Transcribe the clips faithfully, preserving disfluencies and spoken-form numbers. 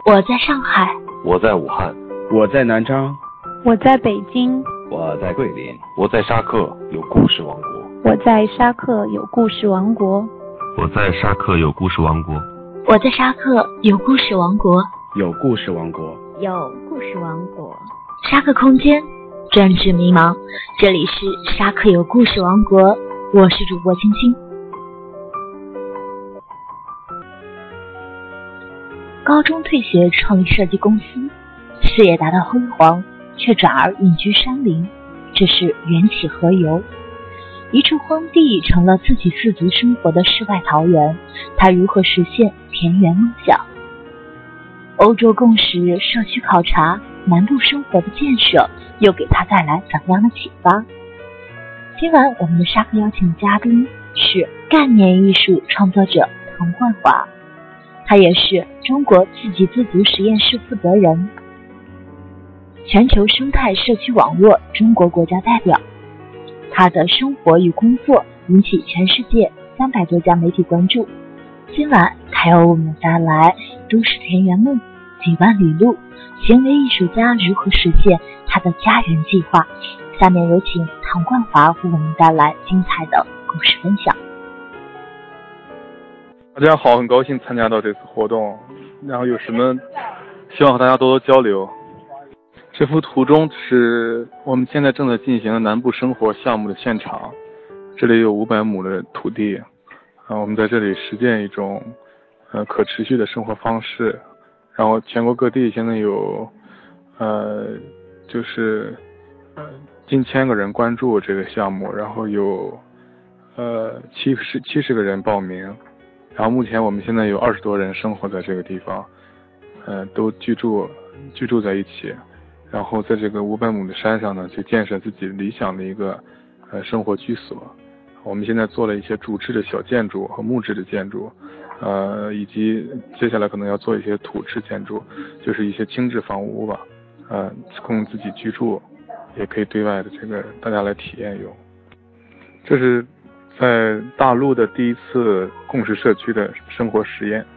我在上海， 我在武汉， 我在南昌， 我在北京， 我在桂林， 我在沙克有故事王国， 我在沙克有故事王国， 我在沙克有故事王国， 我在沙克有故事王国， 有故事王国， 有故事王国。 沙克空间，政治迷茫，这里是沙克有故事王国，我是主播青青。高中退学创立设计公司，事业达到辉煌，却转而隐居山林，这是缘起何由？一处荒地成了自给自足生活的世外桃源，他如何实现田园梦想？欧洲共识、社区考察、南部生活的建设，又给他带来怎样的启发？今晚我们的沙克邀请嘉宾是概念艺术创作者唐焕华，他也是中国自给自足实验室负责人，全球生态社区网络中国国家代表。他的生活与工作引起全世界三百多家媒体关注。今晚他要为我们带来都市田园梦、几万里路，行为艺术家如何实现他的家园计划。下面有请唐冠华为我们带来精彩的故事分享。 大家好，很高兴参加到这次活动，然后有什么希望和大家多多交流。这幅图中是我们现在正在进行的南部生活项目的现场，这里有五百亩的土地，啊，我们在这里实践一种呃可持续的生活方式，然后全国各地现在有呃就是呃近千个人关注这个项目，然后有呃七十七十个人报名，然后目前我们现在有二十多人生活在这个地方，呃都居住居住在一起。然后在这个五百亩的山上呢，去建设自己理想的一个呃生活居所。我们现在做了一些竹制的小建筑和木质的建筑，呃，以及接下来可能要做一些土制建筑，就是一些轻质房屋吧，呃，供自己居住，也可以对外的这个大家来体验用。这是在大陆的第一次共识社区的生活实验。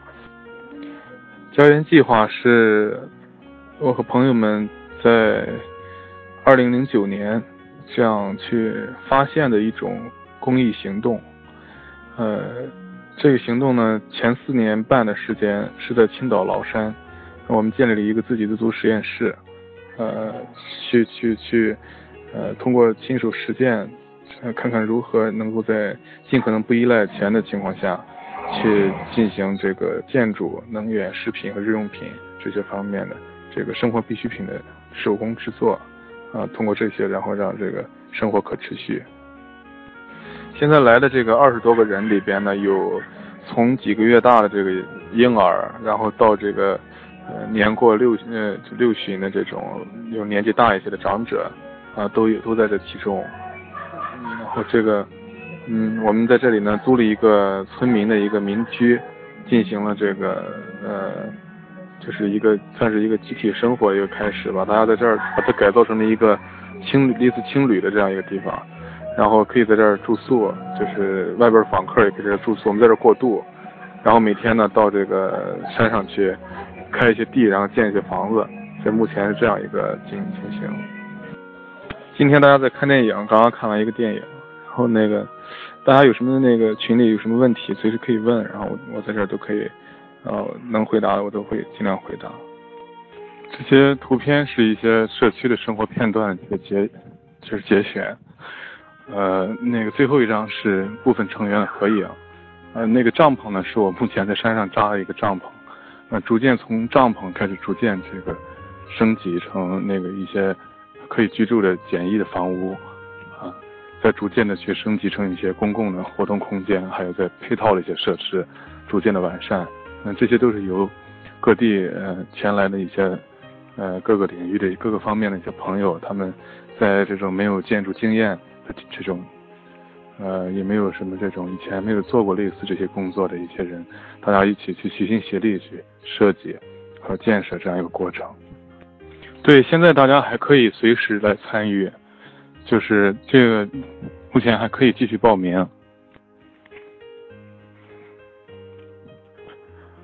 家园计划是我和朋友们在二零零九年这样去发现的一种公益行动。呃，这个行动呢，前四年半的时间是在青岛崂山，我们建立了一个自给自足实验室，呃，去去去，呃，通过亲手实践，呃，看看如何能够在尽可能不依赖钱的情况下，去进行这个建筑、能源、食品和日用品这些方面的这个生活必需品的手工制作，啊，通过这些，然后让这个生活可持续。现在来的这个二十多个人里边呢，有从几个月大的这个婴儿，然后到这个呃年过六呃六旬的这种有年纪大一些的长者，啊，都有都在这其中。然后这个嗯，我们在这里呢租了一个村民的一个民居，进行了这个呃。就是一个算是一个集体生活一个开始吧，大家在这儿把它改造成了一个青旅类似青旅的这样一个地方，然后可以在这儿住宿，就是外边访客也可以在这儿住宿，我们在这儿过渡，然后每天呢到这个山上去开一些地，然后建一些房子，这目前是这样一个经情形。今天大家在看电影，刚刚看完一个电影，然后那个大家有什么那个群里有什么问题随时可以问，然后我我在这儿都可以呃，能回答的我都会尽量回答。这些图片是一些社区的生活片段的节，就是节选。呃，那个最后一张是部分成员的合影。呃，那个帐篷呢，是我目前在山上扎了一个帐篷。呃，逐渐从帐篷开始，逐渐这个升级成那个一些可以居住的简易的房屋，啊，再逐渐的去升级成一些公共的活动空间，还有在配套的一些设施，逐渐的完善。嗯，这些都是由各地呃前来的一些呃各个领域的各个方面的一些朋友，他们在这种没有建筑经验的这种呃也没有什么这种以前没有做过类似这些工作的一些人，大家一起去齐心协力去设计和建设这样一个过程。对，现在大家还可以随时来参与，就是这个目前还可以继续报名。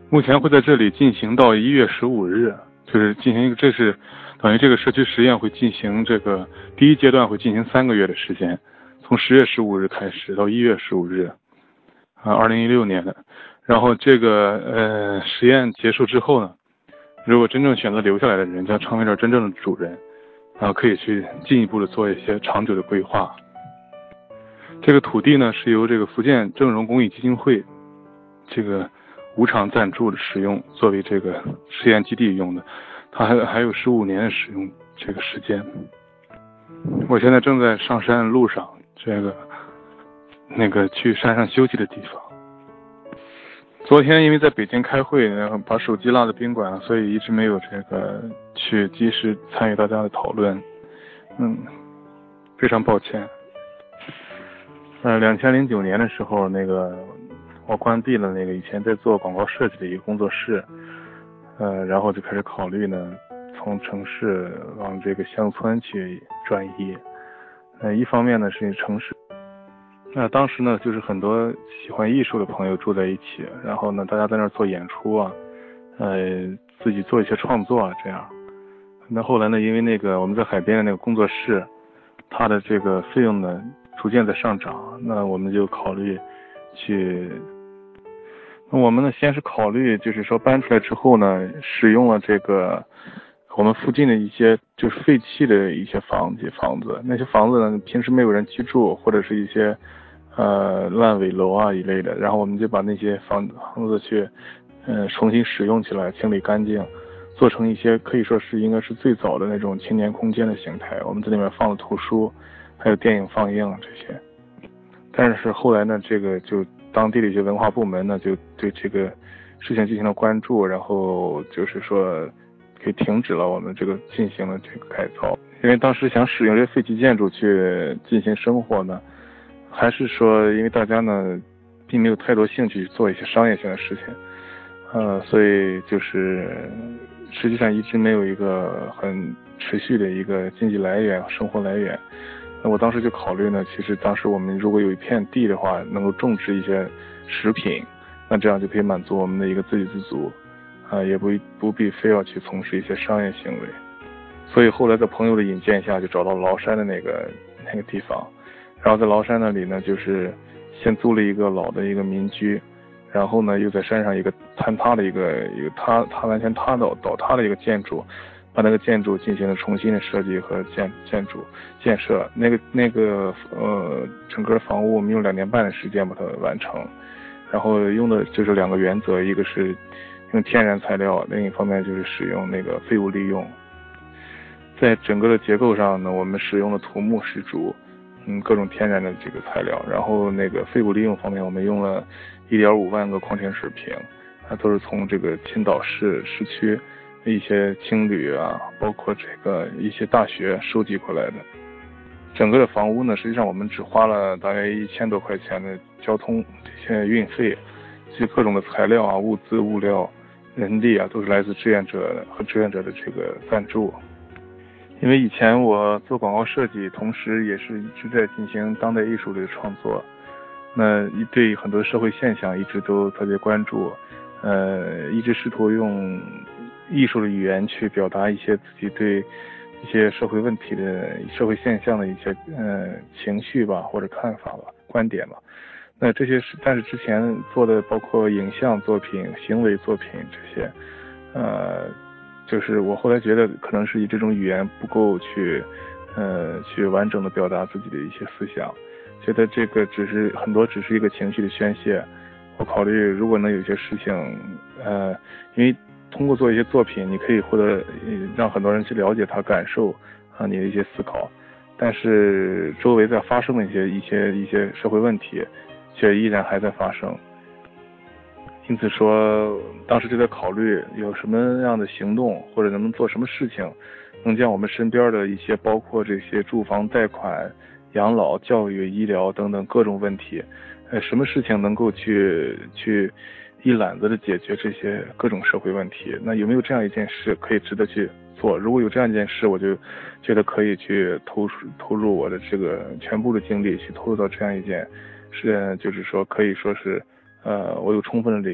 目前会在这里进行到一月十五日，就是进行一个，这是等于这个社区实验会进行这个第一阶段会进行三个月的时间，从十月十五日开始到一月十五日，啊，二零一六年的。然后这个呃实验结束之后呢，如果真正选择留下来的人将成为这真正的主人，然后可以去进一步的做一些长久的规划。这个土地呢是由这个福建正荣公益基金会这个无偿赞助的使用，作为这个实验基地用的，它还还有十五年的使用这个时间。我现在正在上山的路上，这个那个去山上休息的地方。昨天因为在北京开会，然后把手机落在宾馆，所以一直没有这个去及时参与大家的讨论，嗯，非常抱歉。呃，两千零九年的时候，那个我关闭了那个以前在做广告设计的一个工作室，呃，然后就开始考虑呢，从城市往这个乡村去转移。呃，一方面呢是城市。那当时呢，就是很多喜欢艺术的朋友住在一起，然后呢，大家在那儿做演出啊，呃，自己做一些创作啊，这样。那后来呢，因为那个我们在海边的那个工作室，它的这个费用呢逐渐在上涨，那我们就考虑去，那我们呢先是考虑就是说搬出来之后呢，使用了这个我们附近的一些就是废弃的一些房子房子，那些房子呢平时没有人居住，或者是一些呃烂尾楼啊一类的，然后我们就把那些房房子去呃重新使用起来，清理干净，做成一些可以说是应该是最早的那种青年空间的形态。我们在里面放了图书，还有电影放映这些。但是后来呢，这个就当地的一些文化部门呢就对这个事情进行了关注，然后就是说给停止了我们这个进行了这个改造。因为当时想使用这废弃建筑去进行生活呢，还是说因为大家呢并没有太多兴趣做一些商业性的事情，呃，所以就是实际上一直没有一个很持续的一个经济来源、生活来源。那我当时就考虑呢，其实当时我们如果有一片地的话，能够种植一些食品，那这样就可以满足我们的一个自给自足，啊、呃，也不不必非要去从事一些商业行为。所以后来在朋友的引荐下，就找到崂山的那个那个地方，然后在崂山那里呢，就是先租了一个老的一个民居，然后呢又在山上一个坍塌的一个一个塌塌完全塌倒倒塌的一个建筑，把那个建筑进行了重新的设计和建建筑建设。那个那个呃整个房屋我们用两年半的时间把它完成，然后用的就是两个原则，一个是用天然材料，另一方面就是使用那个废物利用。在整个的结构上呢，我们使用了土木石竹，嗯，各种天然的这个材料。然后那个废物利用方面，我们用了一点五万个矿泉水瓶，它都是从这个青岛市市区一些青旅啊，包括这个一些大学收集过来的。整个的房屋呢，实际上我们只花了大约一千多块钱的交通这些运费，这些各种的材料啊、物资、物料、人力啊，都是来自志愿者和志愿者的这个赞助。因为以前我做广告设计，同时也是一直在进行当代艺术的创作，那对很多社会现象一直都特别关注，呃，一直试图用艺术的语言去表达一些自己对一些社会问题的社会现象的一些呃情绪吧，或者看法吧、观点吧。那这些是，但是之前做的包括影像作品、行为作品这些，呃。就是我后来觉得可能是以这种语言不够去呃去完整的表达自己的一些思想，觉得这个只是很多只是一个情绪的宣泄。我考虑如果能有些事情呃因为通过做一些作品你可以获得让很多人去了解他感受啊你的一些思考，但是周围在发生的一些一些一些社会问题却依然还在发生。因此说当时就在考虑有什么样的行动或者能不能做什么事情能将我们身边的一些包括这些住房贷款、养老、教育、医疗等等各种问题，呃，什么事情能够去去一揽子的解决这些各种社会问题，那有没有这样一件事可以值得去做？如果有这样一件事，我就觉得可以去投投入我的这个全部的精力去投入到这样一件是就是说可以说是呃，我有充分的理由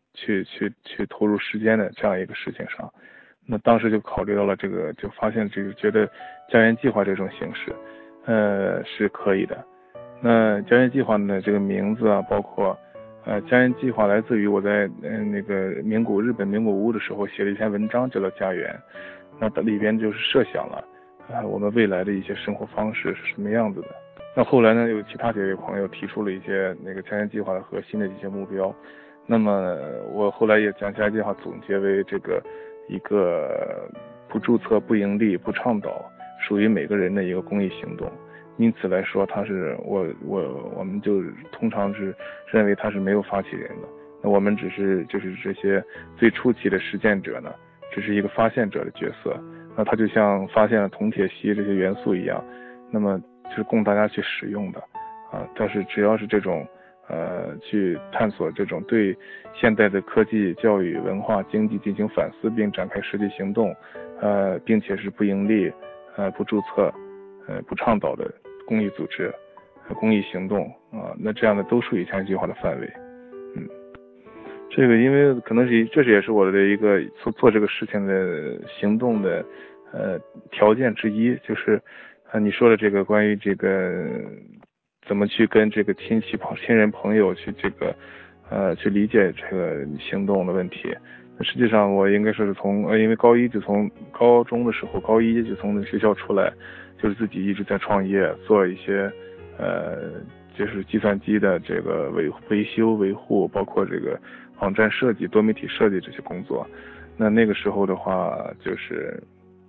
去去去投入时间的这样一个事情上。那当时就考虑到了这个，就发现这个觉得家园计划这种形式，呃是可以的。那家园计划呢，这个名字啊，包括呃家园计划来自于我在嗯、呃、那个名古日本名古屋的时候写了一篇文章叫做家园，那里边就是设想了啊、呃、我们未来的一些生活方式是什么样子的。那后来呢，有其他几位朋友提出了一些那个家园计划的核心的一些目标，那么我后来也将家园计划总结为这个一个不注册、不盈利、不倡导，属于每个人的一个公益行动。因此来说，它是我我我们就通常是认为它是没有发起人的。那我们只是就是这些最初期的实践者呢，只是一个发现者的角色。那它就像发现了铜、铁、锡这些元素一样，那么就是供大家去使用的啊。但是只要是这种呃，去探索这种对现代的科技、教育、文化、经济进行反思，并展开实际行动，呃，并且是不盈利、呃不注册、呃不倡导的公益组织、呃、公益行动啊、呃，那这样的都属于家园计划的范围。嗯，这个因为可能是这是也是我的一个做做这个事情的行动的呃条件之一，就是啊、呃、你说的这个关于这个。怎么去跟这个亲戚朋亲人朋友去这个呃去理解这个行动的问题。实际上我应该说是从呃因为高一就从高中的时候高一就从学校出来，就是自己一直在创业，做一些呃就是计算机的这个维维修维护，包括这个网站设计、多媒体设计这些工作。那那个时候的话就是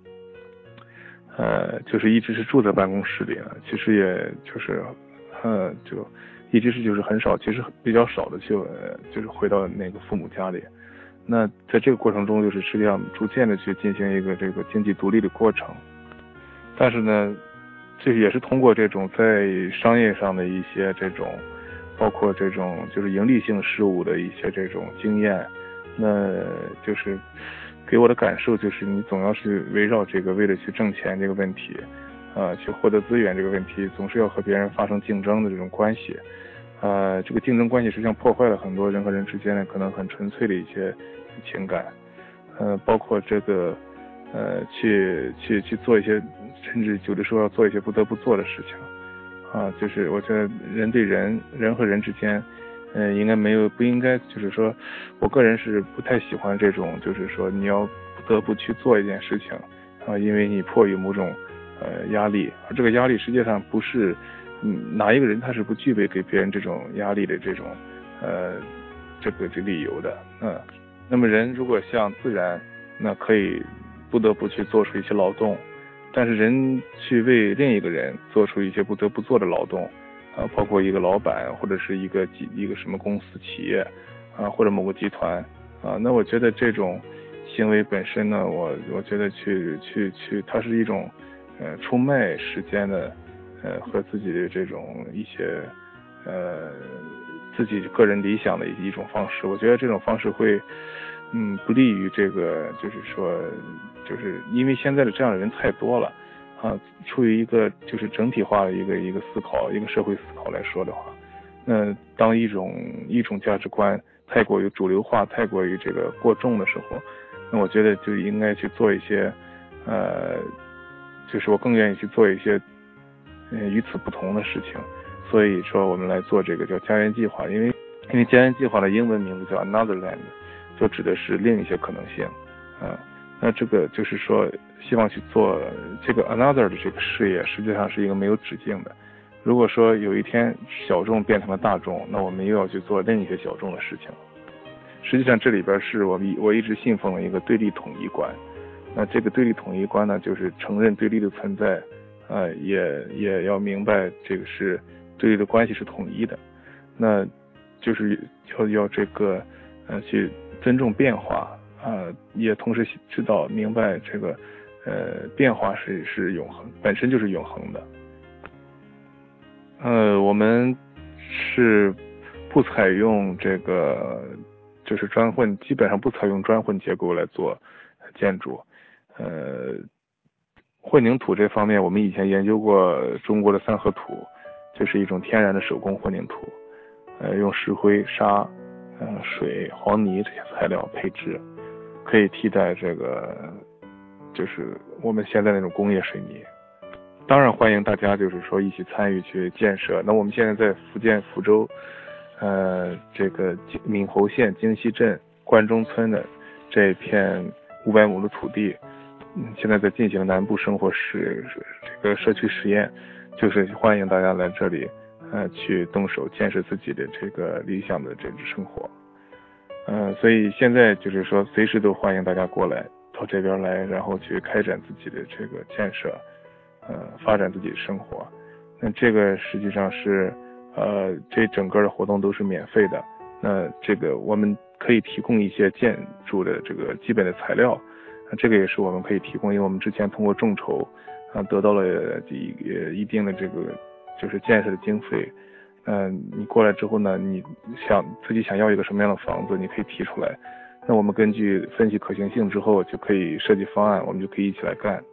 呃就是一直是住在办公室里了，其实也就是呃，就一直是就是很少，其实比较少的就呃就是回到那个父母家里。那在这个过程中，就是实际上逐渐的去进行一个这个经济独立的过程。但是呢，这也是通过这种在商业上的一些这种，包括这种就是盈利性事物的一些这种经验，那就是给我的感受就是，你总要是围绕这个为了去挣钱这个问题。呃，去获得资源这个问题，总是要和别人发生竞争的这种关系，呃，这个竞争关系实际上破坏了很多人和人之间的可能很纯粹的一些情感，呃，包括这个，呃，去去去做一些，甚至有的时候要做一些不得不做的事情，啊，就是我觉得人对人，人和人之间，呃，应该没有不应该，就是说，我个人是不太喜欢这种，就是说你要不得不去做一件事情，啊，因为你迫于某种。呃，压力，而这个压力实际上不是，嗯，哪一个人他是不具备给别人这种压力的这种，呃，这个这理由的，嗯，那么人如果像自然，那可以不得不去做出一些劳动，但是人去为另一个人做出一些不得不做的劳动，啊，包括一个老板或者是一个一个什么公司企业，啊，或者某个集团，啊，那我觉得这种行为本身呢，我我觉得去去去，它是一种。呃，出卖时间的，呃，和自己的这种一些，呃，自己个人理想的一种方式。我觉得这种方式会，嗯，不利于这个，就是说，就是因为现在的这样的人太多了，啊，出于一个就是整体化的一个一个思考，一个社会思考来说的话，那当一种一种价值观太过于主流化、太过于这个过重的时候，那我觉得就应该去做一些，呃。就是我更愿意去做一些，嗯，与此不同的事情，所以说我们来做这个叫家园计划，因为因为家园计划的英文名字叫 Another Land， 就指的是另一些可能性，啊，那这个就是说希望去做这个 Another 的这个事业，实际上是一个没有止境的。如果说有一天小众变成了大众，那我们又要去做另一些小众的事情。实际上这里边是我们我一直信奉的一个对立统一观。那这个对立统一观呢，就是承认对立的存在，呃，也也要明白这个是对立的关系是统一的，那就是要要这个呃去尊重变化啊、呃，也同时知道明白这个呃变化是是永恒，本身就是永恒的。呃，我们是不采用这个就是砖混，基本上不采用砖混结构来做建筑。呃，混凝土这方面，我们以前研究过中国的三合土，就是一种天然的手工混凝土，呃，用石灰、沙， 呃水、黄泥这些材料配置，可以替代这个就是我们现在那种工业水泥。当然欢迎大家就是说一起参与去建设。那我们现在在福建福州，呃，这个闽侯县京西镇关中村的这一片五百亩的土地，嗯，现在在进行南部生活实这个社区实验，就是欢迎大家来这里，呃，去动手建设自己的这个理想的这种生活。呃，所以现在就是说随时都欢迎大家过来到这边来，然后去开展自己的这个建设。呃，发展自己的生活，那这个实际上是，呃，这整个的活动都是免费的。那这个我们可以提供一些建筑的这个基本的材料，呃、这个也是我们可以提供，因为我们之前通过众筹，啊、呃，得到了一一定的这个就是建设的经费。嗯、呃，你过来之后呢，你想自己想要一个什么样的房子，你可以提出来，那我们根据分析可行性之后，就可以设计方案，我们就可以一起来干。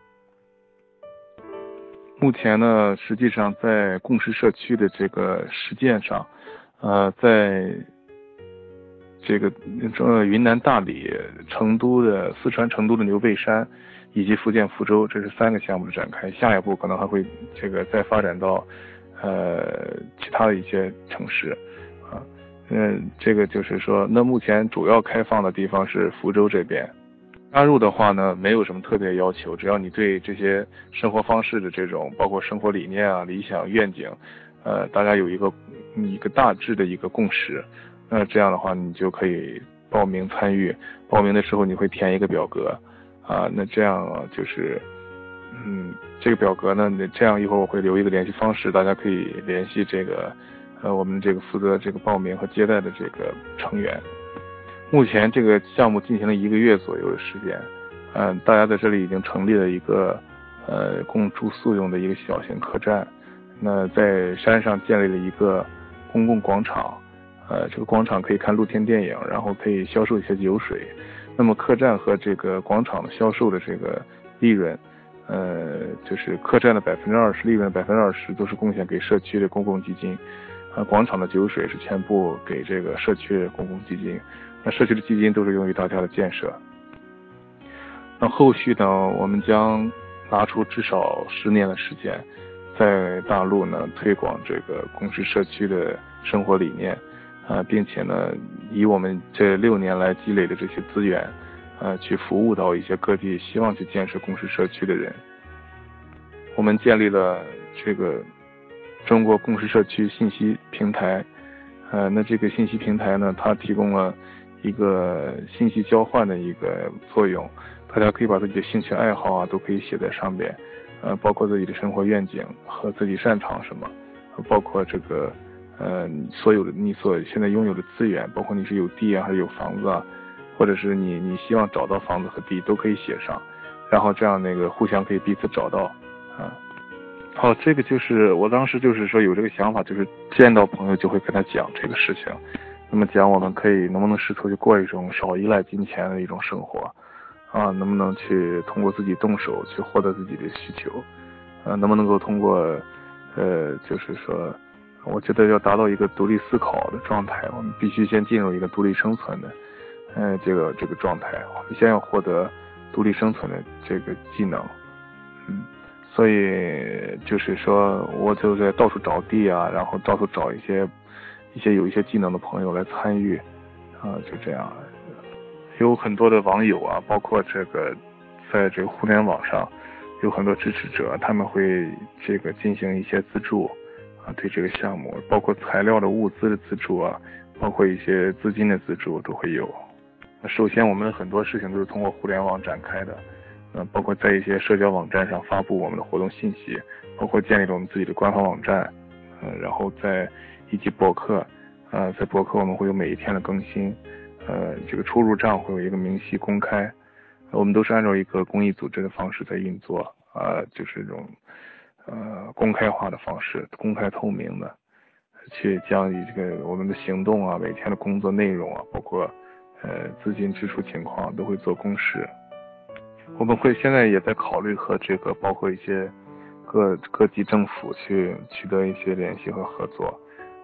目前呢，实际上在共识社区的这个实践上，呃，在这个呃云南大理、成都的四川成都的牛背山，以及福建福州，这是三个项目的展开。下一步可能还会这个再发展到呃其他的一些城市啊。嗯，这个就是说，那目前主要开放的地方是福州这边。加入的话呢，没有什么特别要求，只要你对这些生活方式的这种，包括生活理念啊、理想、愿景，呃，大家有一个一个大致的一个共识，那这样的话，你就可以报名参与。报名的时候你会填一个表格，啊，那这样啊就是，嗯，这个表格呢，那这样一会儿我会留一个联系方式，大家可以联系这个，呃，我们这个负责这个报名和接待的这个成员。目前这个项目进行了一个月左右的时间，嗯、呃，大家在这里已经成立了一个呃供住宿用的一个小型客栈，那在山上建立了一个公共广场，呃，这个广场可以看露天电影，然后可以销售一些酒水。那么客栈和这个广场的销售的这个利润，呃，就是客栈的百分之二十利润，百分之二十都是贡献给社区的公共基金，呃，广场的酒水是全部给这个社区的公共基金。那社区的基金都是用于大家的建设。那后续呢，我们将拿出至少十年的时间，在大陆呢推广这个共识社区的生活理念，啊、呃，并且呢，以我们这六年来积累的这些资源，呃，去服务到一些各地希望去建设共识社区的人。我们建立了这个中国共识社区信息平台，呃，那这个信息平台呢，它提供了一个信息交换的一个作用，大家可以把自己的兴趣爱好啊都可以写在上边，呃，包括自己的生活愿景和自己擅长什么，包括这个呃所有的你所现在拥有的资源，包括你是有地啊还是有房子啊，或者是你你希望找到房子和地都可以写上，然后这样那个互相可以彼此找到啊。好，这个就是我当时就是说有这个想法，就是见到朋友就会跟他讲这个事情。那么讲，我们可以能不能试图去过一种少依赖金钱的一种生活，啊，能不能去通过自己动手去获得自己的需求，呃，能不能够通过，呃，就是说，我觉得要达到一个独立思考的状态，我们必须先进入一个独立生存的，呃，这个这个状态，我们先要获得独立生存的这个技能，嗯，所以就是说，我就在到处找地啊，然后到处找一些。一些有一些技能的朋友来参与，啊，就这样，有很多的网友啊，包括这个在这个互联网上有很多支持者，他们会这个进行一些资助啊，对这个项目，包括材料的物资的资助啊，包括一些资金的资助都会有。首先，我们很多事情都是通过互联网展开的，呃，包括在一些社交网站上发布我们的活动信息，包括建立了我们自己的官方网站，呃，然后在以及博客，呃，在博客我们会有每一天的更新，呃，这个出入账会有一个明细公开，我们都是按照一个公益组织的方式在运作，呃，就是这种呃公开化的方式，公开透明的，去将以这个我们的行动啊，每天的工作内容啊，包括呃资金支出情况都会做公示。我们会现在也在考虑和这个包括一些各各级政府去取得一些联系和合作。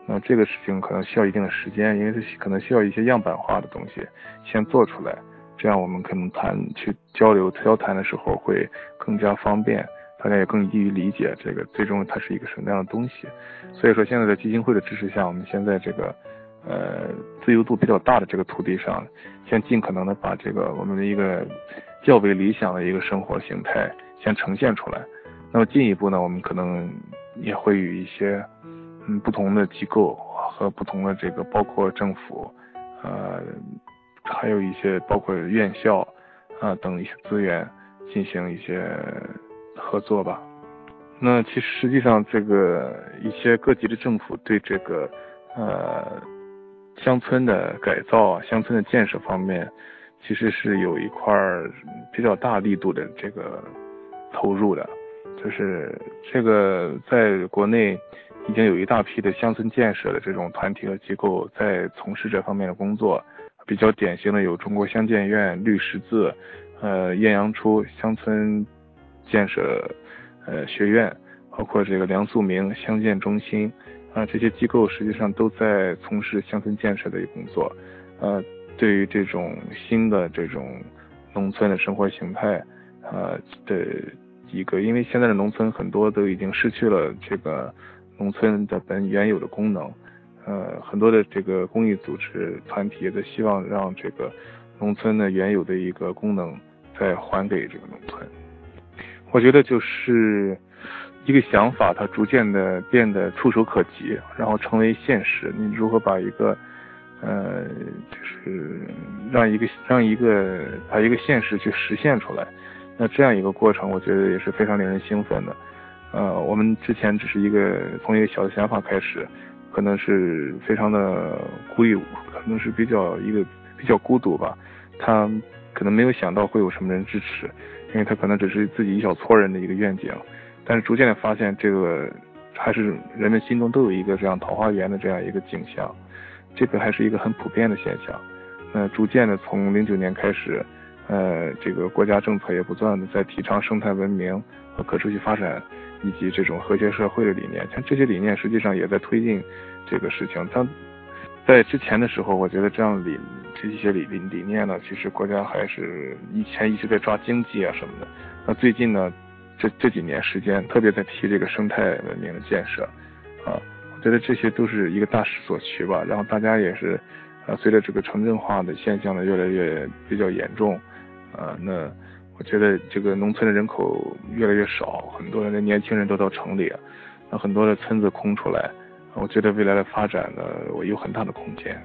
那这个事情可能需要一定的时间，因为它可能需要一些样板化的东西先做出来，这样我们可能谈去交流交谈的时候会更加方便，大家也更易于理解这个最终它是一个什么样的东西。所以说现在在基金会的支持下，我们现在这个呃自由度比较大的这个土地上，先尽可能的把这个我们的一个较为理想的一个生活形态先呈现出来。那么进一步呢，我们可能也会与一些嗯不同的机构和不同的这个包括政府呃还有一些包括院校啊、呃、等一些资源进行一些合作吧。那其实实际上这个一些各级的政府对这个呃乡村的改造啊乡村的建设方面其实是有一块比较大力度的这个投入的，就是这个在国内已经有一大批的乡村建设的这种团体和机构在从事这方面的工作，比较典型的有中国乡建院、绿十字、呃艳阳初乡村建设呃学院，包括这个梁漱溟乡建中心啊、呃，这些机构实际上都在从事乡村建设的工作，呃，对于这种新的这种农村的生活形态呃的一个，因为现在的农村很多都已经失去了这个农村的本原有的功能，呃，很多的这个公益组织团体也在希望让这个农村的原有的一个功能再还给这个农村。我觉得就是一个想法，它逐渐的变得触手可及，然后成为现实。你如何把一个呃，就是让一个让一个把一个现实去实现出来？那这样一个过程，我觉得也是非常令人兴奋的。呃，我们之前只是一个从一个小的想法开始，可能是非常的孤立，可能是比较一个比较孤独吧。他可能没有想到会有什么人支持，因为他可能只是自己一小撮人的一个愿景。但是逐渐的发现，这个还是人们心中都有一个这样桃花源的这样一个景象，这个还是一个很普遍的现象。呃，逐渐的从零九年开始。呃，这个国家政策也不断的在提倡生态文明和可持续发展，以及这种和谐社会的理念。像这些理念实际上也在推进这个事情。它在之前的时候，我觉得这样理这些理理理念呢，其实国家还是以前一直在抓经济啊什么的。那最近呢，这这几年时间，特别在提这个生态文明的建设啊，我觉得这些都是一个大势所趋吧。然后大家也是，呃，随着这个城镇化的现象呢越来越比较严重。啊，那我觉得这个农村的人口越来越少，很多的年轻人都到城里，那很多的村子空出来，我觉得未来的发展呢，我有很大的空间。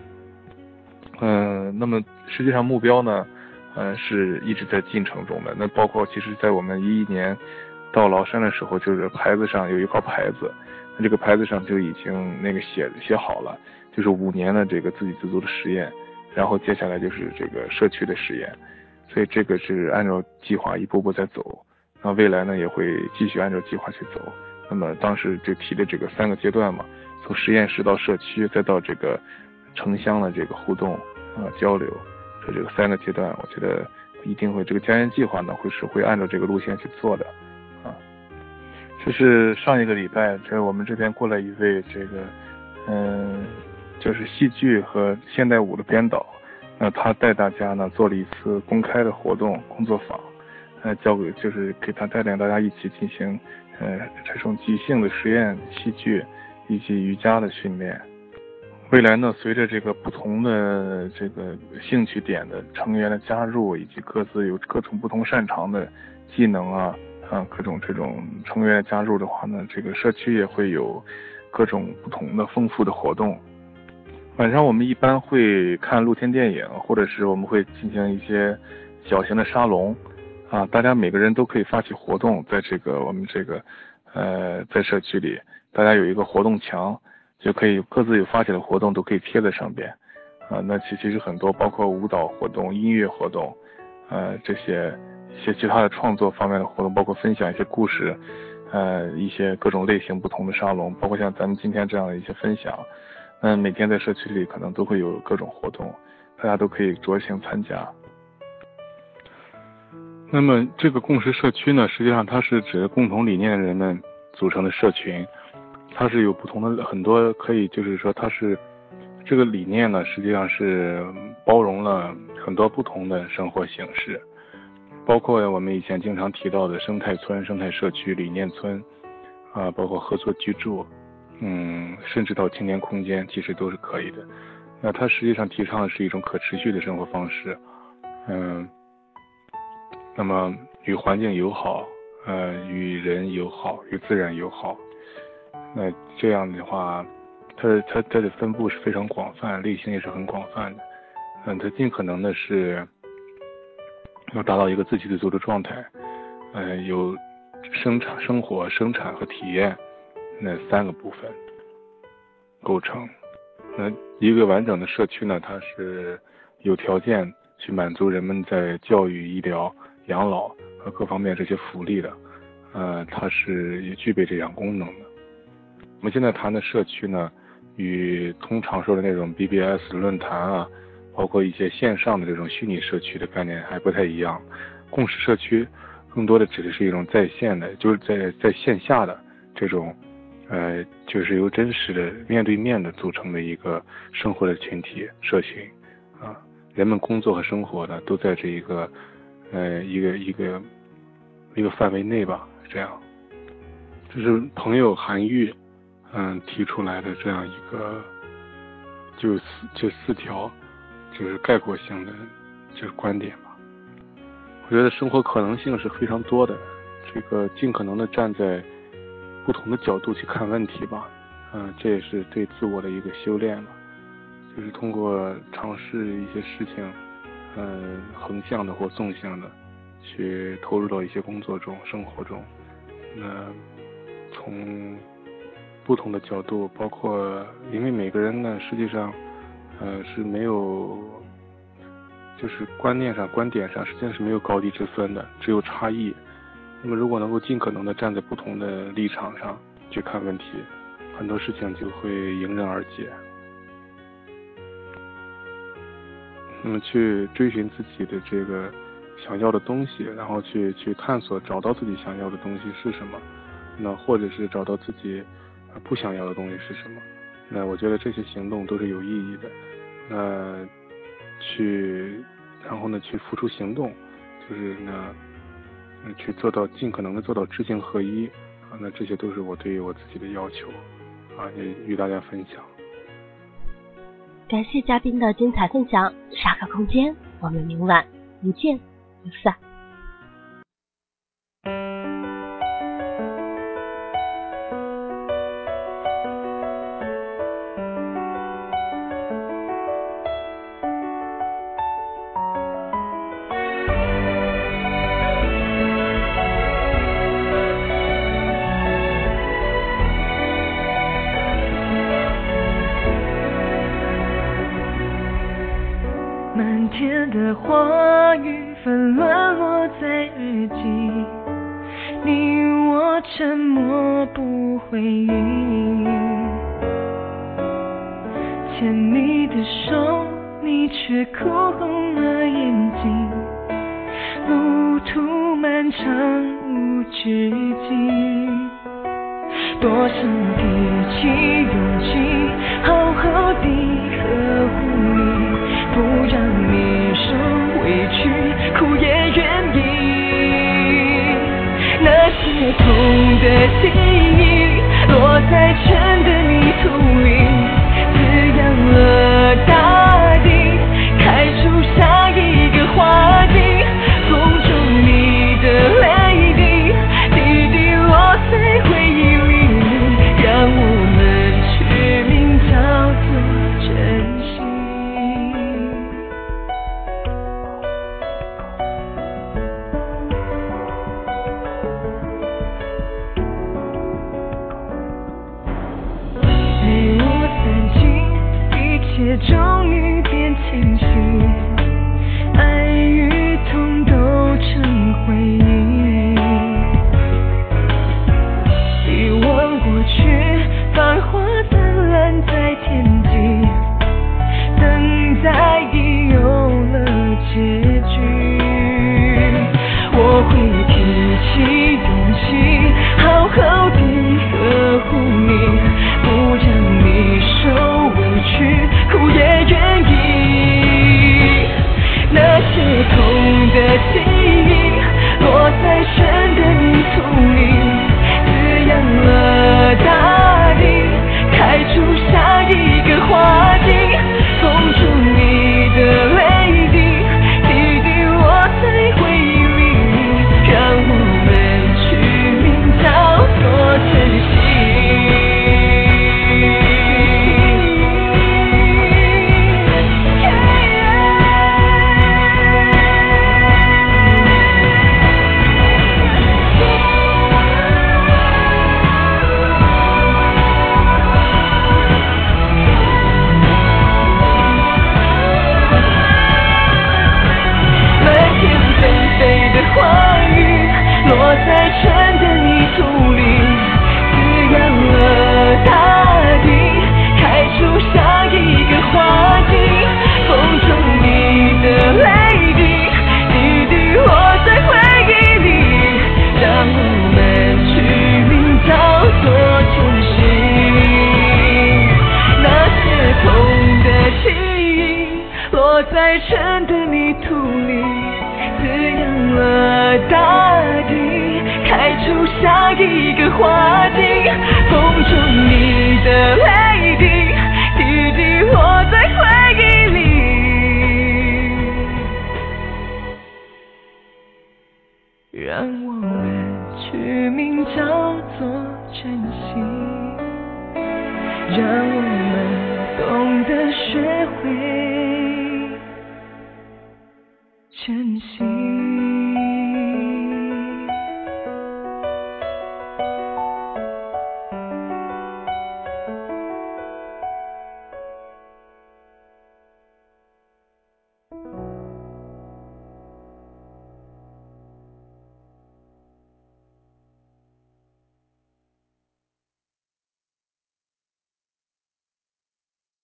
嗯、呃，那么实际上目标呢，呃，是一直在进程中的。那包括其实在我们一一年到崂山的时候，就是牌子上有一块牌子，那这个牌子上就已经那个写写好了，就是五年的这个自给自足的实验，然后接下来就是这个社区的实验。所以这个是按照计划一步步在走，那未来呢也会继续按照计划去走。那么当时就提的这个三个阶段嘛，从实验室到社区，再到这个城乡的这个互动啊、呃、交流，这这个三个阶段，我觉得一定会这个家园计划呢会是会按照这个路线去做的啊。这是上一个礼拜，这我们这边过来一位这个嗯、呃，就是戏剧和现代舞的编导。那他带大家呢做了一次公开的活动工作坊，呃，教给就是给他带领大家一起进行呃这种即兴的实验戏剧以及瑜伽的训练。未来呢，随着这个不同的这个兴趣点的成员的加入，以及各自有各种不同擅长的技能啊啊各种这种成员加入的话呢，这个社区也会有各种不同的丰富的活动。晚上我们一般会看露天电影，或者是我们会进行一些小型的沙龙，啊，大家每个人都可以发起活动，在这个我们这个呃在社区里，大家有一个活动墙，就可以各自有发起的活动都可以贴在上边，啊，那其其实很多包括舞蹈活动、音乐活动，呃这些一些其他的创作方面的活动，包括分享一些故事，呃一些各种类型不同的沙龙，包括像咱们今天这样的一些分享。嗯，每天在社区里可能都会有各种活动，大家都可以酌情参加。那么这个共识社区呢，实际上它是指共同理念的人们组成的社群， 它是有不同的很多可以，就是说它是这个理念呢，实际上是包容了很多不同的生活形式，包括我们以前经常提到的生态村、生态社区、理念村啊，包括合作居住，嗯，甚至到青年空间，其实都是可以的。那它实际上提倡的是一种可持续的生活方式，嗯，那么与环境友好，呃，与人友好，与自然友好。那这样的话，它它它的分布是非常广泛，类型也是很广泛的。嗯，它尽可能的是要达到一个自给自足的状态，呃，有生产、生活、生产和体验那三个部分构成。那一个完整的社区呢，它是有条件去满足人们在教育、医疗、养老和各方面这些福利的，呃，它是也具备这样功能的。我们现在谈的社区呢，与通常说的那种 B B S 论坛啊，包括一些线上的这种虚拟社区的概念还不太一样。共识社区更多的指的是一种在线的，就是在在线下的这种，呃，就是由真实的面对面的组成的一个生活的群体社群啊，人们工作和生活呢都在这一个，呃，一个一个一个范围内吧，这样。这是朋友韩愈。嗯，提出来的这样一个就四就四条，就是概括性的就是观点吧。我觉得生活可能性是非常多的，这个尽可能的站在不同的角度去看问题吧。嗯，这也是对自我的一个修炼吧，就是通过尝试一些事情，嗯，横向的或纵向的去投入到一些工作中、生活中。那从不同的角度，包括因为每个人呢，实际上，呃，是没有，就是观念上、观点上，实际上是没有高低之分的，只有差异。那么，如果能够尽可能的站在不同的立场上去看问题，很多事情就会迎刃而解。那么，去追寻自己的这个想要的东西，然后去去探索，找到自己想要的东西是什么，那或者是找到自己不想要的东西是什么？那我觉得这些行动都是有意义的。那去，然后呢，去付出行动，就是呢，去做到尽可能的做到知行合一啊。那这些都是我对于我自己的要求啊，也与大家分享。 感谢嘉宾的精彩分享，沙克空间，我们明晚不见不散。 满天的花雨纷乱落在日记，你我沉默不回应。牵你的手，你却哭红了眼睛。路途漫长无止境，多想提起勇气，好好地呵护你，不让你受委屈，苦也愿意。那些痛的记忆，落在沉的泥土里，滋养了大地，开出下一个花季。风中你的泪滴，滴滴落在回忆里，让我们取名叫做珍惜。泪落散尽，一切终于变清晰，爱与痛都成回忆。遗忘过去，繁花灿烂在天际，等待已有了结局。我会提起勇气，好好地呵护你， 开出下一个花境，风中你的泪滴滴滴落在回忆里，让我们取名叫做珍惜，让